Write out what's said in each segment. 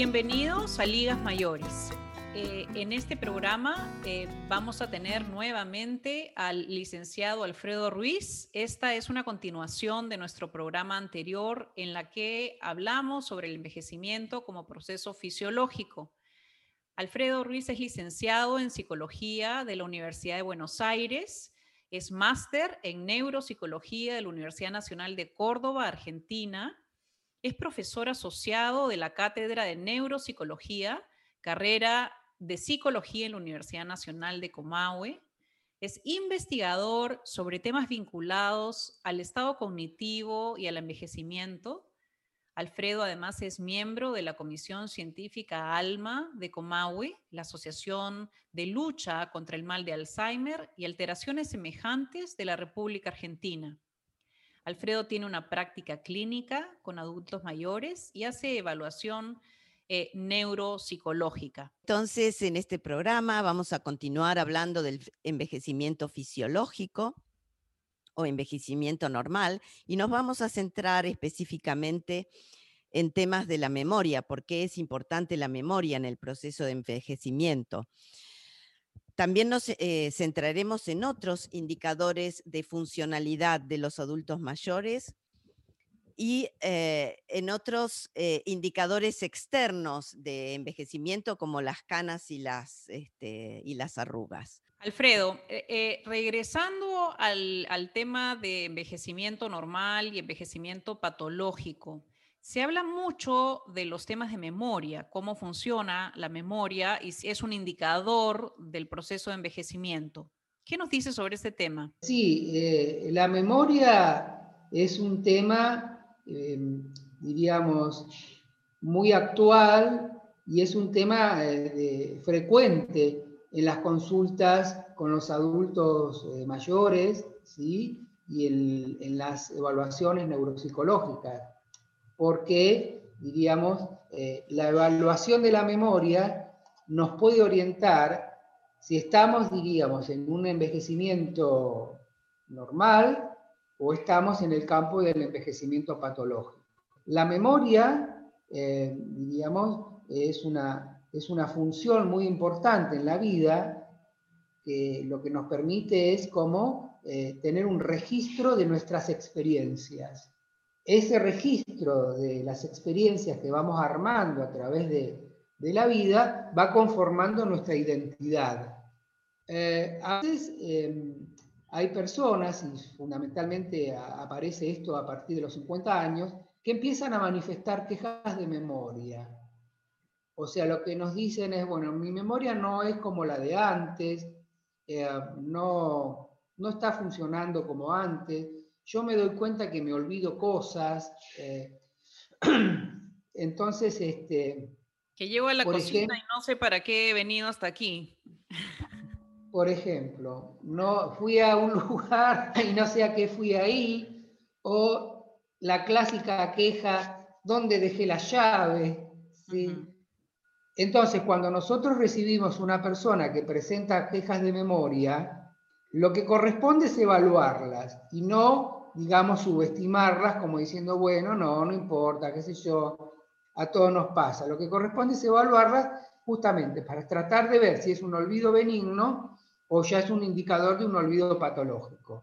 Bienvenidos a Ligas Mayores. En este programa vamos a tener nuevamente al licenciado Alfredo Ruiz. Esta es una continuación de nuestro programa anterior en la que hablamos sobre el envejecimiento como proceso fisiológico. Alfredo Ruiz es licenciado en Psicología de la Universidad de Buenos Aires, es máster en Neuropsicología de la Universidad Nacional de Córdoba, Argentina. Es profesor asociado de la Cátedra de Neuropsicología, carrera de Psicología en la Universidad Nacional de Comahue. Es investigador sobre temas vinculados al estado cognitivo y al envejecimiento. Alfredo además es miembro de la Comisión Científica ALMA de Comahue, la Asociación de Lucha contra el Mal de Alzheimer y Alteraciones Semejantes de la República Argentina. Alfredo tiene una práctica clínica con adultos mayores y hace evaluación neuropsicológica. Entonces, en este programa vamos a continuar hablando del envejecimiento fisiológico o envejecimiento normal y nos vamos a centrar específicamente en temas de la memoria, porque es importante la memoria en el proceso de envejecimiento. También nos centraremos en otros indicadores de funcionalidad de los adultos mayores y en otros indicadores externos de envejecimiento como las canas y las arrugas. Alfredo, regresando al tema de envejecimiento normal y envejecimiento patológico, se habla mucho de los temas de memoria, cómo funciona la memoria y si es un indicador del proceso de envejecimiento. ¿Qué nos dice sobre este tema? Sí, la memoria es un tema, diríamos, muy actual y es un tema frecuente en las consultas con los adultos mayores, ¿sí? Y en las evaluaciones neuropsicológicas, porque, diríamos, la evaluación de la memoria nos puede orientar si estamos, diríamos, en un envejecimiento normal o estamos en el campo del envejecimiento patológico. La memoria, diríamos, es una función muy importante en la vida, que lo que nos permite es como tener un registro de nuestras experiencias. Ese registro de las experiencias que vamos armando a través de la vida va conformando nuestra identidad. A veces hay personas, y fundamentalmente aparece esto a partir de los 50 años, que empiezan a manifestar quejas de memoria. O sea, lo que nos dicen es, bueno, mi memoria no es como la de antes, no está funcionando como antes, yo me doy cuenta que me olvido cosas, entonces, que llego a la cocina y no sé para qué he venido hasta aquí. Por ejemplo, no fui a un lugar y no sé a qué fui ahí, o la clásica queja, ¿dónde dejé la llave? ¿Sí? Uh-huh. Entonces, cuando nosotros recibimos una persona que presenta quejas de memoria, lo que corresponde es evaluarlas y no, digamos, subestimarlas como diciendo, bueno, no importa, qué sé yo, a todos nos pasa. Lo que corresponde es evaluarlas justamente para tratar de ver si es un olvido benigno o ya es un indicador de un olvido patológico.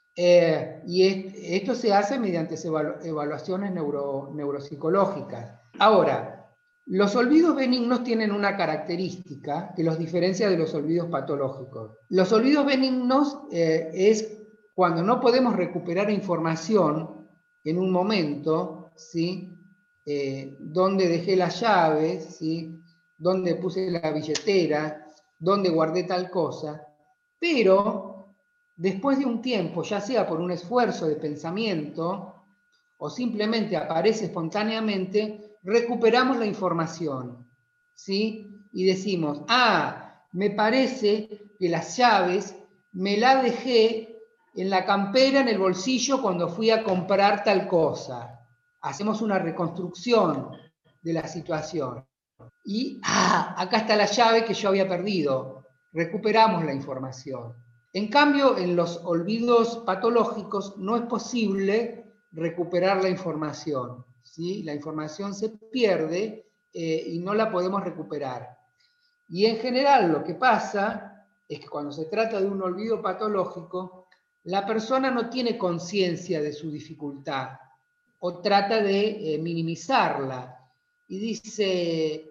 Y esto se hace mediante evaluaciones neuropsicológicas. Ahora, los olvidos benignos tienen una característica que los diferencia de los olvidos patológicos. Los olvidos benignos es cuando no podemos recuperar información en un momento, ¿sí? Dónde dejé las llaves, ¿sí? Dónde puse la billetera, dónde guardé tal cosa, pero después de un tiempo, ya sea por un esfuerzo de pensamiento o simplemente aparece espontáneamente, recuperamos la información, ¿sí? Y decimos, me parece que las llaves me las dejé en la campera, en el bolsillo, cuando fui a comprar tal cosa. Hacemos una reconstrucción de la situación. Y, acá está la llave que yo había perdido. Recuperamos la información. En cambio, en los olvidos patológicos no es posible recuperar la información, ¿sí? La información se pierde y no la podemos recuperar. Y en general lo que pasa es que cuando se trata de un olvido patológico, la persona no tiene conciencia de su dificultad o trata de minimizarla y dice,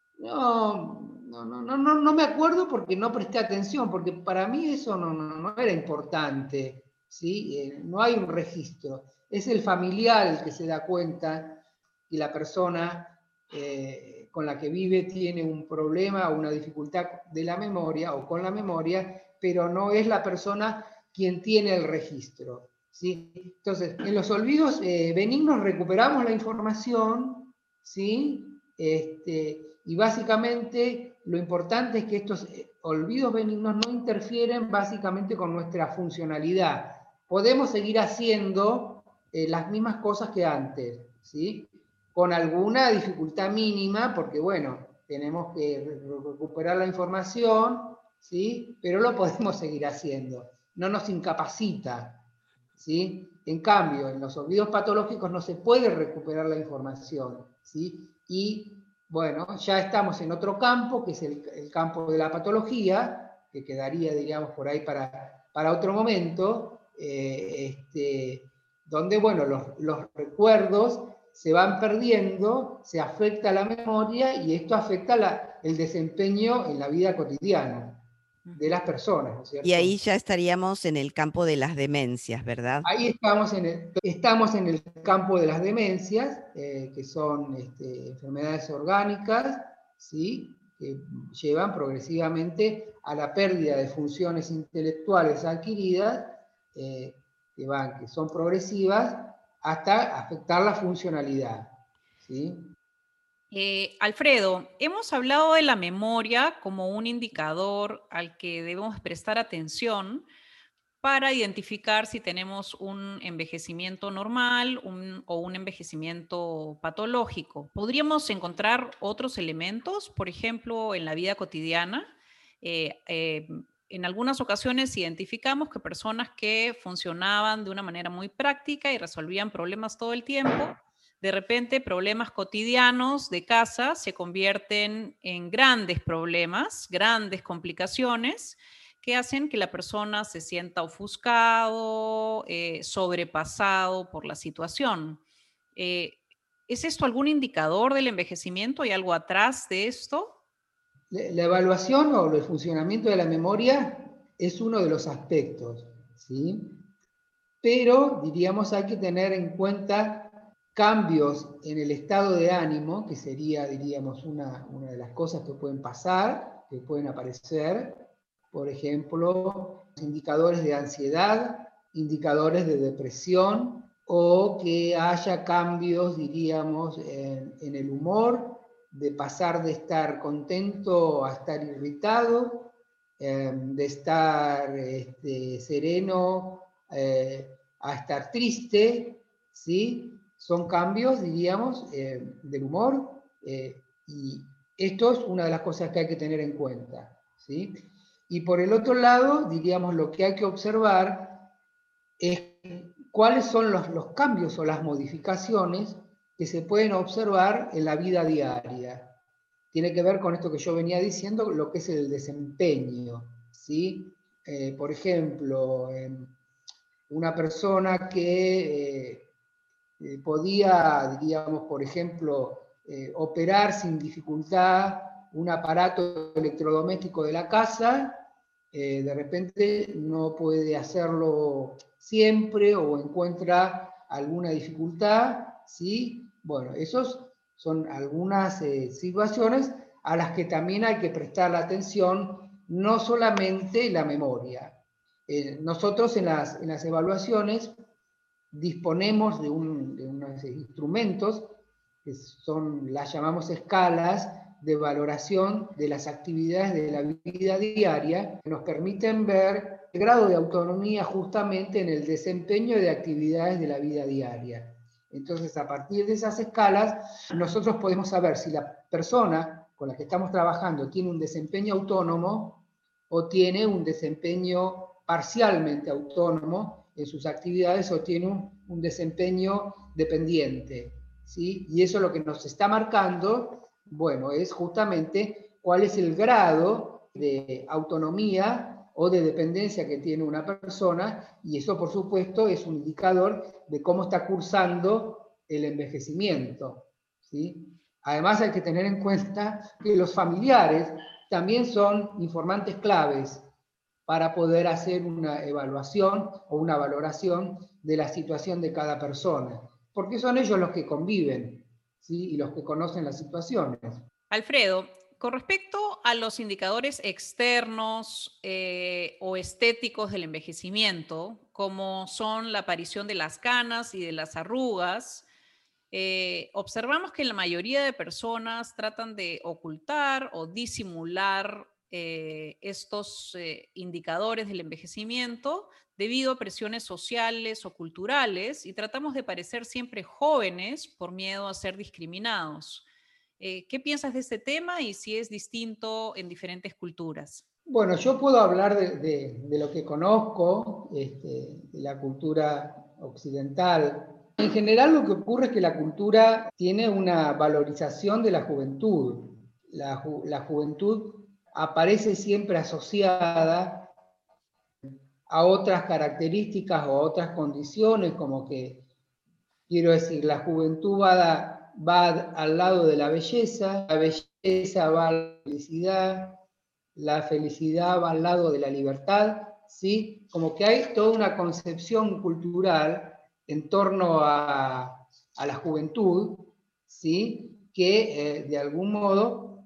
no me acuerdo porque no presté atención, porque para mí eso no era importante, ¿sí? No hay un registro. Es el familiar el que se da cuenta y la persona con la que vive tiene un problema o una dificultad de la memoria o con la memoria, pero no es la persona quien tiene el registro, ¿sí? Entonces, en los olvidos benignos recuperamos la información, ¿sí? Y básicamente lo importante es que estos olvidos benignos no interfieren básicamente con nuestra funcionalidad. Podemos seguir haciendo las mismas cosas que antes, ¿sí? Con alguna dificultad mínima, porque bueno, tenemos que recuperar la información, ¿sí? Pero lo podemos seguir haciendo, no nos incapacita, ¿sí? En cambio, en los olvidos patológicos no se puede recuperar la información, ¿sí? Y bueno, ya estamos en otro campo, que es el campo de la patología, que quedaría, diríamos, por ahí para otro momento, donde, bueno, los recuerdos se van perdiendo, se afecta la memoria y esto afecta el desempeño en la vida cotidiana de las personas, ¿no es cierto? Y ahí ya estaríamos en el campo de las demencias, ¿verdad? Ahí estamos en el campo de las demencias, que son enfermedades orgánicas, ¿sí? Que llevan progresivamente a la pérdida de funciones intelectuales adquiridas, que son progresivas, hasta afectar la funcionalidad, ¿sí? Alfredo, hemos hablado de la memoria como un indicador al que debemos prestar atención para identificar si tenemos un envejecimiento normal o un envejecimiento patológico. ¿Podríamos encontrar otros elementos, por ejemplo, en la vida cotidiana? En algunas ocasiones identificamos que personas que funcionaban de una manera muy práctica y resolvían problemas todo el tiempo, de repente problemas cotidianos de casa se convierten en grandes problemas, grandes complicaciones, que hacen que la persona se sienta ofuscado, sobrepasado por la situación. ¿Es esto algún indicador del envejecimiento? ¿Hay algo atrás de esto? La evaluación o el funcionamiento de la memoria es uno de los aspectos, ¿sí? Pero, diríamos, hay que tener en cuenta cambios en el estado de ánimo, que sería, diríamos, una de las cosas que pueden pasar, que pueden aparecer. Por ejemplo, indicadores de ansiedad, indicadores de depresión, o que haya cambios, diríamos, en el humor, de pasar de estar contento a estar irritado, de estar sereno a estar triste, ¿sí? Son cambios, diríamos, del humor, y esto es una de las cosas que hay que tener en cuenta, ¿sí? Y por el otro lado, diríamos, lo que hay que observar es cuáles son los cambios o las modificaciones que se pueden observar en la vida diaria. Tiene que ver con esto que yo venía diciendo, lo que es el desempeño, ¿sí? Por ejemplo, una persona que podía, diríamos, por ejemplo, operar sin dificultad un aparato electrodoméstico de la casa, de repente no puede hacerlo siempre o encuentra alguna dificultad, ¿sí? Bueno, esos son algunas situaciones a las que también hay que prestar atención, no solamente la memoria. Nosotros en las evaluaciones disponemos de unos instrumentos que las llamamos escalas de valoración de las actividades de la vida diaria, que nos permiten ver el grado de autonomía justamente en el desempeño de actividades de la vida diaria. Entonces, a partir de esas escalas, nosotros podemos saber si la persona con la que estamos trabajando tiene un desempeño autónomo o tiene un desempeño parcialmente autónomo en sus actividades o tiene un desempeño dependiente, ¿sí? Y eso lo que nos está marcando Bueno, es justamente cuál es el grado de autonomía o de dependencia que tiene una persona, y eso por supuesto es un indicador de cómo está cursando el envejecimiento, ¿sí? Además hay que tener en cuenta que los familiares también son informantes claves para poder hacer una evaluación o una valoración de la situación de cada persona, porque son ellos los que conviven, ¿sí? Y los que conocen las situaciones. Alfredo, con respecto a los indicadores externos o estéticos del envejecimiento, como son la aparición de las canas y de las arrugas, observamos que la mayoría de personas tratan de ocultar o disimular estos indicadores del envejecimiento debido a presiones sociales o culturales y tratamos de parecer siempre jóvenes por miedo a ser discriminados. ¿Qué piensas de este tema y si es distinto en diferentes culturas? Bueno, yo puedo hablar de lo que conozco, de la cultura occidental. En general lo que ocurre es que la cultura tiene una valorización de la juventud. La juventud aparece siempre asociada a otras características o a otras condiciones, como que, quiero decir, la juventud va al lado de la belleza va a la felicidad va al lado de la libertad, ¿sí? Como que hay toda una concepción cultural en torno a la juventud, ¿sí? Que de algún modo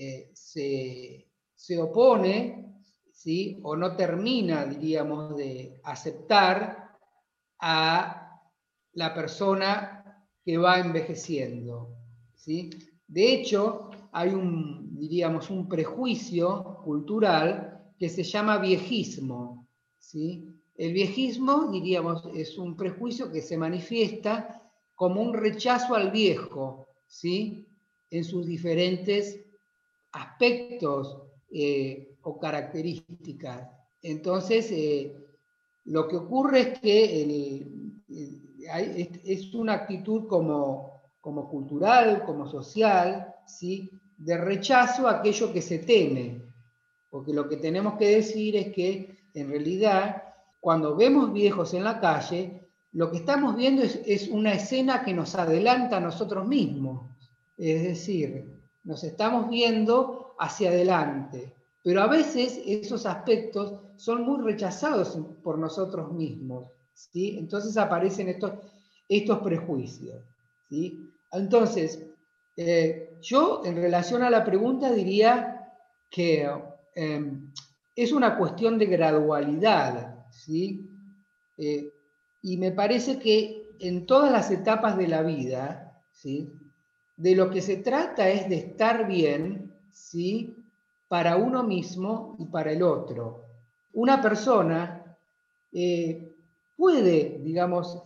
se opone, ¿sí? O no termina, diríamos, de aceptar a la persona que va envejeciendo, ¿sí? De hecho, hay diríamos, un prejuicio cultural que se llama viejismo, ¿sí? El viejismo, diríamos, es un prejuicio que se manifiesta como un rechazo al viejo, ¿sí? En sus diferentes aspectos o características. Entonces, lo que ocurre es que es una actitud como cultural, como social, ¿sí? De rechazo a aquello que se teme. Porque lo que tenemos que decir es que, en realidad, cuando vemos viejos en la calle, lo que estamos viendo es una escena que nos adelanta a nosotros mismos. Es decir, nos estamos viendo hacia adelante. Pero a veces esos aspectos son muy rechazados por nosotros mismos, ¿sí? Entonces aparecen estos prejuicios, ¿sí? Entonces, yo en relación a la pregunta diría que es una cuestión de gradualidad, ¿sí? Y me parece que en todas las etapas de la vida, ¿sí? De lo que se trata es de estar bien, ¿sí? Para uno mismo y para el otro. Una persona puede, digamos,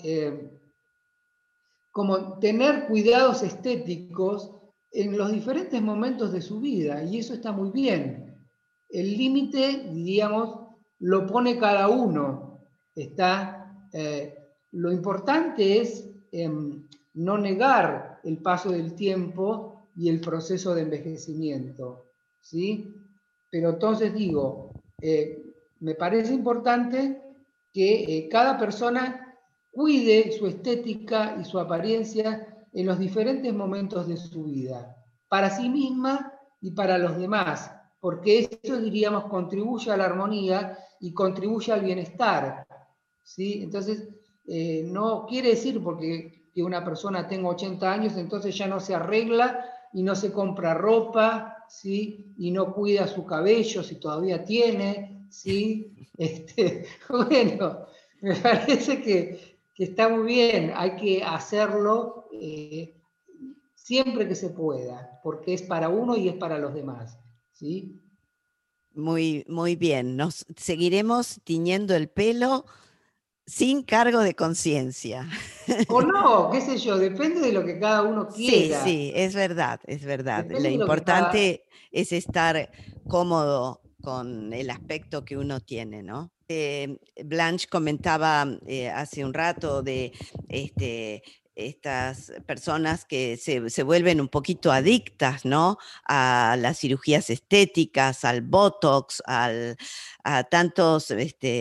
como tener cuidados estéticos en los diferentes momentos de su vida, y eso está muy bien. El límite, diríamos, lo pone cada uno. Lo importante es no negar el paso del tiempo y el proceso de envejecimiento, ¿sí? Pero entonces digo, me parece importante que cada persona cuide su estética y su apariencia en los diferentes momentos de su vida, para sí misma y para los demás, porque eso, diríamos, contribuye a la armonía y contribuye al bienestar, ¿sí? Entonces, no quiere decir porque que una persona tenga 80 años, entonces ya no se arregla y no se compra ropa, ¿sí? Y no cuida su cabello si todavía tiene, ¿sí? Bueno, me parece que está muy bien, hay que hacerlo siempre que se pueda, porque es para uno y es para los demás, ¿sí? Muy, muy bien. Nos seguiremos tiñendo el pelo sin cargo de conciencia. O no, qué sé yo, depende de lo que cada uno Sí, quiera. sí, es verdad, es verdad. Lo Depende de lo que cada... importante es estar cómodo con el aspecto que uno tiene, ¿no? Blanche comentaba hace un rato de estas personas que se vuelven un poquito adictas, ¿no? A las cirugías estéticas, al Botox, a tantos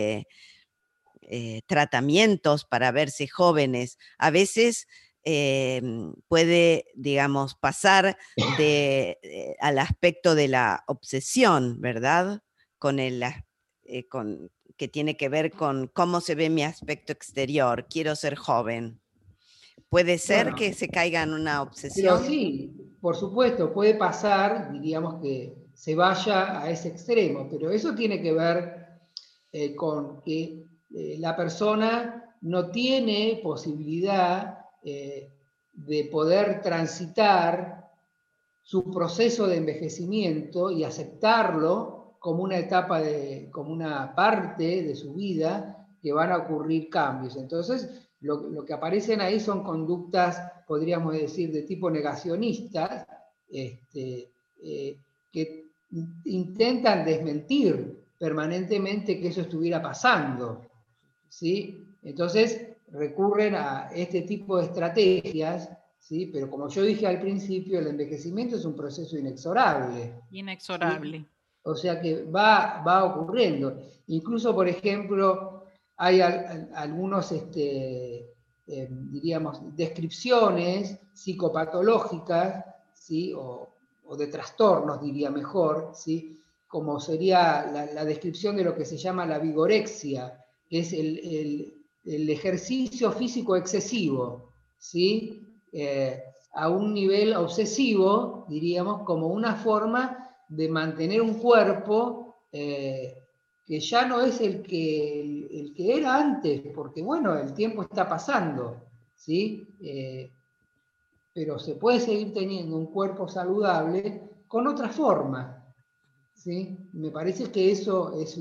tratamientos para verse jóvenes. A veces puede, digamos, pasar al aspecto de la obsesión, ¿verdad? Que tiene que ver con cómo se ve mi aspecto exterior. Quiero ser joven. ¿Puede ser Bueno, que se caiga en una pero obsesión? sí, por supuesto, puede pasar, diríamos que se vaya a ese extremo, pero eso tiene que ver con que la persona no tiene posibilidad de poder transitar su proceso de envejecimiento y aceptarlo como una etapa, como una parte de su vida que van a ocurrir cambios. Entonces, lo que aparecen ahí son conductas, podríamos decir, de tipo negacionista, que intentan desmentir permanentemente que eso estuviera pasando, ¿sí? Entonces recurren a este tipo de estrategias, ¿sí? Pero como yo dije al principio, el envejecimiento es un proceso inexorable. Inexorable. ¿Sí? O sea que va ocurriendo. Incluso, por ejemplo, hay algunos, diríamos, descripciones psicopatológicas, ¿sí? O de trastornos, diría mejor, ¿sí? Como sería la descripción de lo que se llama la vigorexia, que es el ejercicio físico excesivo, ¿sí? A un nivel obsesivo, diríamos, como una forma de mantener un cuerpo que ya no es el que era antes, porque bueno, el tiempo está pasando, ¿sí? Pero se puede seguir teniendo un cuerpo saludable con otra forma, ¿sí? Me parece que eso es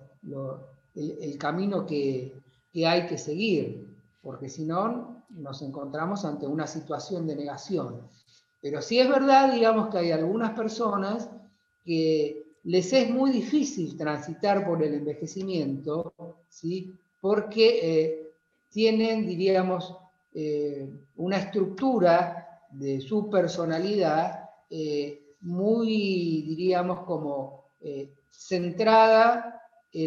el camino que hay que seguir, porque si no nos encontramos ante una situación de negación. Pero sí es verdad, digamos, que hay algunas personas que les es muy difícil transitar por el envejecimiento, ¿sí? Porque tienen, diríamos, una estructura de su personalidad muy, diríamos, como centrada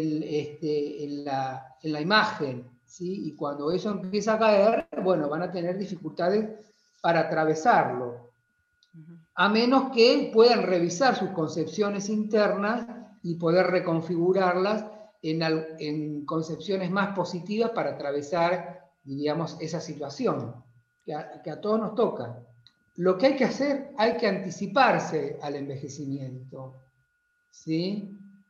en la imagen, ¿sí? Y cuando eso empieza a caer, bueno, van a tener dificultades para atravesarlo, a menos que puedan revisar sus concepciones internas y poder reconfigurarlas en concepciones más positivas para atravesar, diríamos, esa situación que a todos nos toca. Lo que hay que hacer, hay que anticiparse al envejecimiento, ¿sí?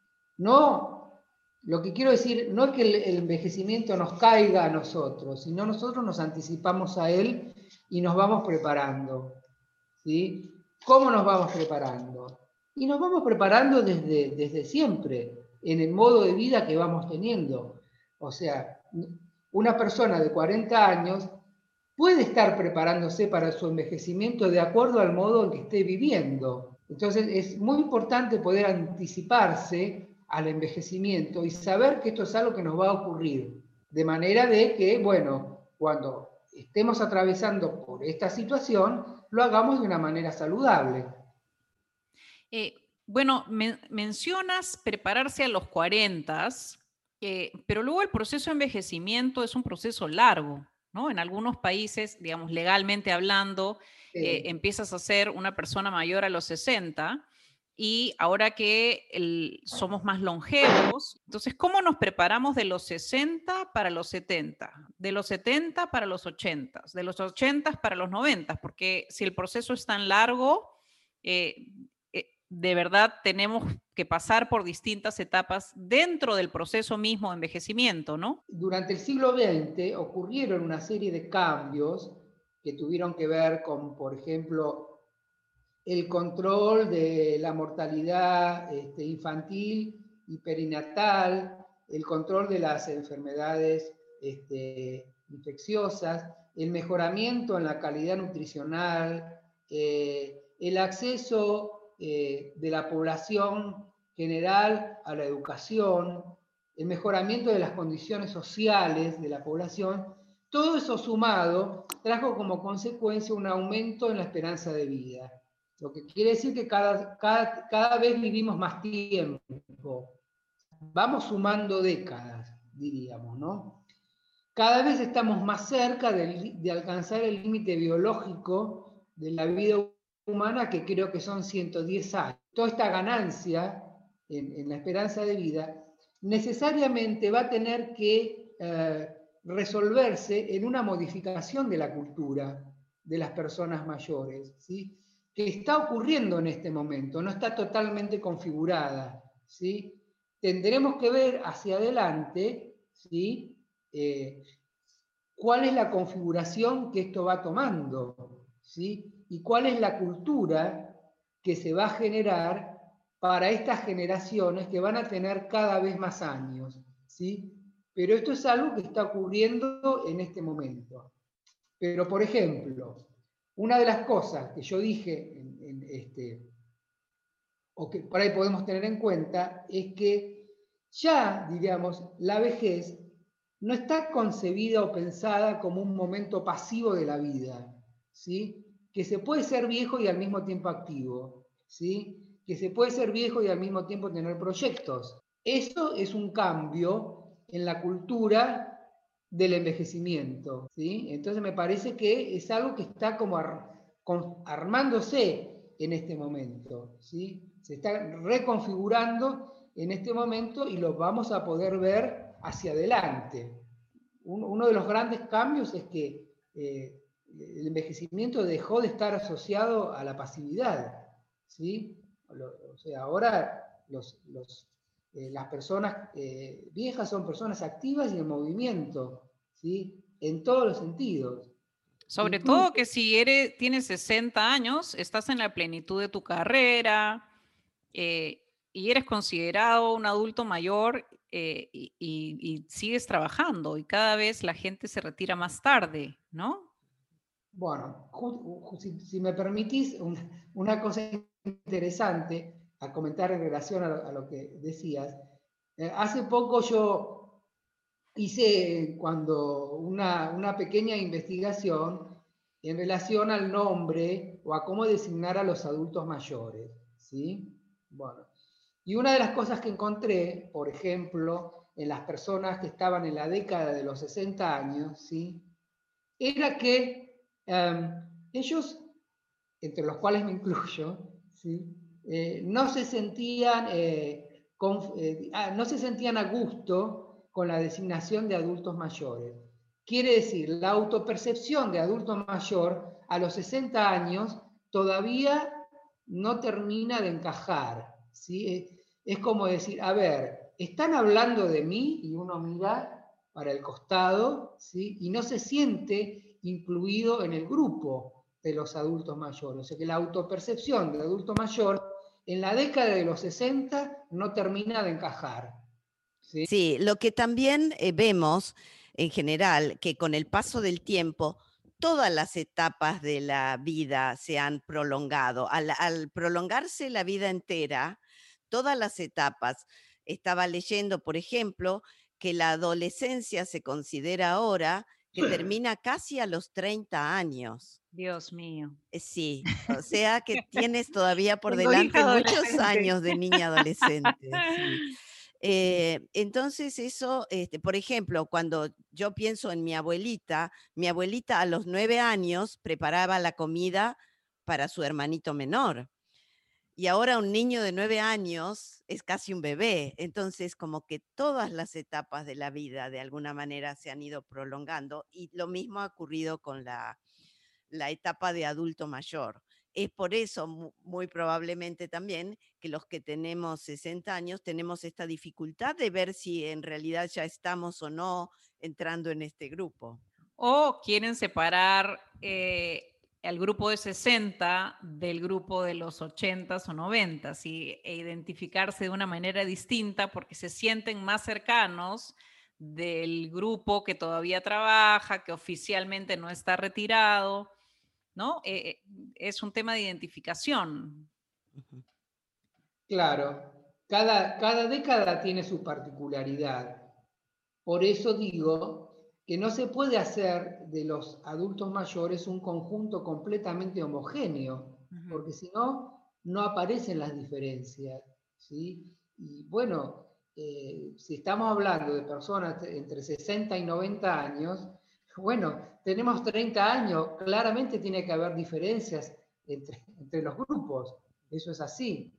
No, lo que quiero decir, no es que el envejecimiento nos caiga a nosotros, sino nosotros nos anticipamos a él y nos vamos preparando, ¿sí? ¿Cómo nos vamos preparando? Y nos vamos preparando desde siempre, en el modo de vida que vamos teniendo. O sea, una persona de 40 años puede estar preparándose para su envejecimiento de acuerdo al modo en que esté viviendo. Entonces es muy importante poder anticiparse al envejecimiento y saber que esto es algo que nos va a ocurrir. De manera de que, bueno, cuando estemos atravesando por esta situación, lo hagamos de una manera saludable. Bueno, mencionas prepararse a los 40, pero luego el proceso de envejecimiento es un proceso largo, ¿no? En algunos países, digamos, legalmente hablando, empiezas a ser una persona mayor a los 60 y ahora que somos más longevos, entonces, ¿cómo nos preparamos de los 60 para los 70? De los 70 para los 80, de los 80 para los 90, porque si el proceso es tan largo, de verdad tenemos que pasar por distintas etapas dentro del proceso mismo de envejecimiento, ¿no? Durante el siglo XX ocurrieron una serie de cambios que tuvieron que ver con, por ejemplo, el control de la mortalidad infantil y perinatal, el control de las enfermedades infecciosas, el mejoramiento en la calidad nutricional, el acceso de la población general a la educación, el mejoramiento de las condiciones sociales de la población, Todo eso sumado trajo como consecuencia un aumento en la esperanza de vida. Lo que quiere decir que cada vez vivimos más tiempo. Vamos sumando décadas, diríamos, ¿no? Cada vez estamos más cerca de alcanzar el límite biológico de la vida humana, que creo que son 110 años. Toda esta ganancia en la esperanza de vida necesariamente va a tener que resolverse en una modificación de la cultura de las personas mayores, ¿sí? Que está ocurriendo en este momento, no está totalmente configurada, ¿sí? Tendremos que ver hacia adelante, ¿sí? ¿Cuál es la configuración que esto va tomando? ¿Sí? Y cuál es la cultura que se va a generar para estas generaciones que van a tener cada vez más años, ¿sí? Pero esto es algo que está ocurriendo en este momento. Pero, por ejemplo, una de las cosas que yo dije, o que por ahí podemos tener en cuenta, es que ya, diríamos, la vejez no está concebida o pensada como un momento pasivo de la vida, ¿sí? Que se puede ser viejo y al mismo tiempo activo, ¿sí? Que se puede ser viejo y al mismo tiempo tener proyectos. Eso es un cambio en la cultura del envejecimiento, ¿sí? Entonces me parece que es algo que está como armándose en este momento, ¿sí? Se está reconfigurando en este momento y lo vamos a poder ver hacia adelante. Uno de los grandes cambios es que el envejecimiento dejó de estar asociado a la pasividad, ¿sí? O sea, ahora las personas viejas son personas activas y en movimiento, ¿sí? En todos los sentidos. Sobre Incluso, todo que si tienes 60 años, estás en la plenitud de tu carrera, y eres considerado un adulto mayor, y sigues trabajando, y cada vez la gente se retira más tarde, ¿no? bueno, si me permitís, una cosa interesante a comentar en relación a lo que decías. Hace poco yo hice una pequeña investigación en relación al nombre o a cómo designar a los adultos mayores, ¿sí? Bueno, y una de las cosas que encontré, por ejemplo, en las personas que estaban en la década de los 60 años, ¿sí? Era que ellos, entre los cuales me incluyo, ¿sí? No se sentían, no se sentían a gusto con la designación de adultos mayores. Quiere decir, la autopercepción de adulto mayor a los 60 años todavía no termina de encajar, ¿sí? Es como decir, a ver, están hablando de mí, y uno mira para el costado, ¿sí? Y no se siente incluido en el grupo de los adultos mayores. O sea que la autopercepción de adulto mayor en la década de los 60 no termina de encajar. ¿Sí? Sí, lo que también vemos en general, que con el paso del tiempo, todas las etapas de la vida se han prolongado. Al prolongarse la vida entera, todas las etapas. Estaba leyendo, por ejemplo, que la adolescencia se considera ahora que termina casi a los 30 años. Dios mío. Sí, o sea que tienes todavía por Tengo hija delante muchos adolescente. años de niña adolescente, sí. Entonces eso, por ejemplo, cuando yo pienso en mi abuelita a los 9 años preparaba la comida para su hermanito menor. Y ahora un niño de 9 años es casi un bebé. Entonces, como que todas las etapas de la vida de alguna manera se han ido prolongando y lo mismo ha ocurrido con la etapa de adulto mayor. Es por eso, muy probablemente también, que los que tenemos 60 años tenemos esta dificultad de ver si en realidad ya estamos o no entrando en este grupo. O quieren separar el grupo de 60 del grupo de los 80s o 90s e identificarse de una manera distinta porque se sienten más cercanos del grupo que todavía trabaja, que oficialmente no está retirado, ¿no? Es un tema de identificación. Ujú. Claro, cada década tiene su particularidad. Por eso digo que no se puede hacer de los adultos mayores un conjunto completamente homogéneo, porque si no, no aparecen las diferencias, ¿sí? Y bueno, si estamos hablando de personas entre 60 y 90 años, bueno, tenemos 30 años, claramente tiene que haber diferencias entre los grupos, eso es así.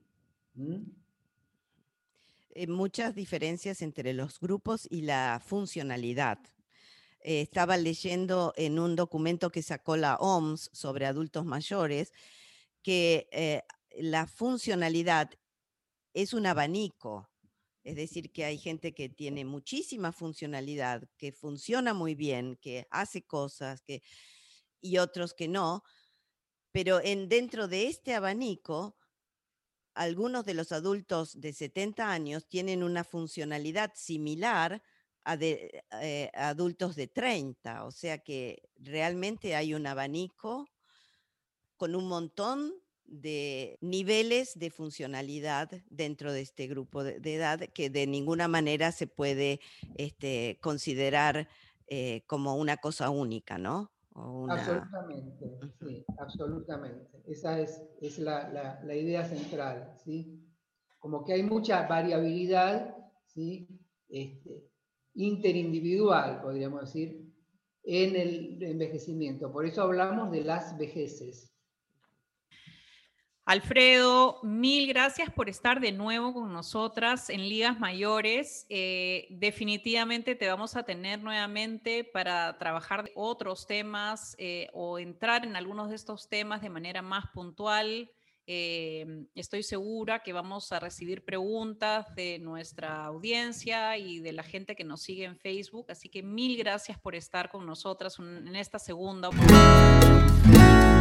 Muchas diferencias entre los grupos y la funcionalidad. Estaba leyendo en un documento que sacó la OMS sobre adultos mayores que la funcionalidad es un abanico. Es decir, que hay gente que tiene muchísima funcionalidad, que funciona muy bien, que hace cosas, y otros que no. Pero dentro de este abanico, algunos de los adultos de 70 años tienen una funcionalidad similar a de adultos de 30. O sea que realmente hay un abanico con un montón de niveles de funcionalidad dentro de este grupo de edad que de ninguna manera se puede considerar como una cosa única, ¿no? Absolutamente, sí, absolutamente. Esa es la idea central, ¿sí? Como que hay mucha variabilidad, ¿sí? Interindividual, podríamos decir, en el envejecimiento. Por eso hablamos de las vejeces. Alfredo, mil gracias por estar de nuevo con nosotras en Ligas Mayores. Definitivamente te vamos a tener nuevamente para trabajar otros temas o entrar en algunos de estos temas de manera más puntual. Estoy segura que vamos a recibir preguntas de nuestra audiencia y de la gente que nos sigue en Facebook. Así que mil gracias por estar con nosotras en esta segunda oportunidad.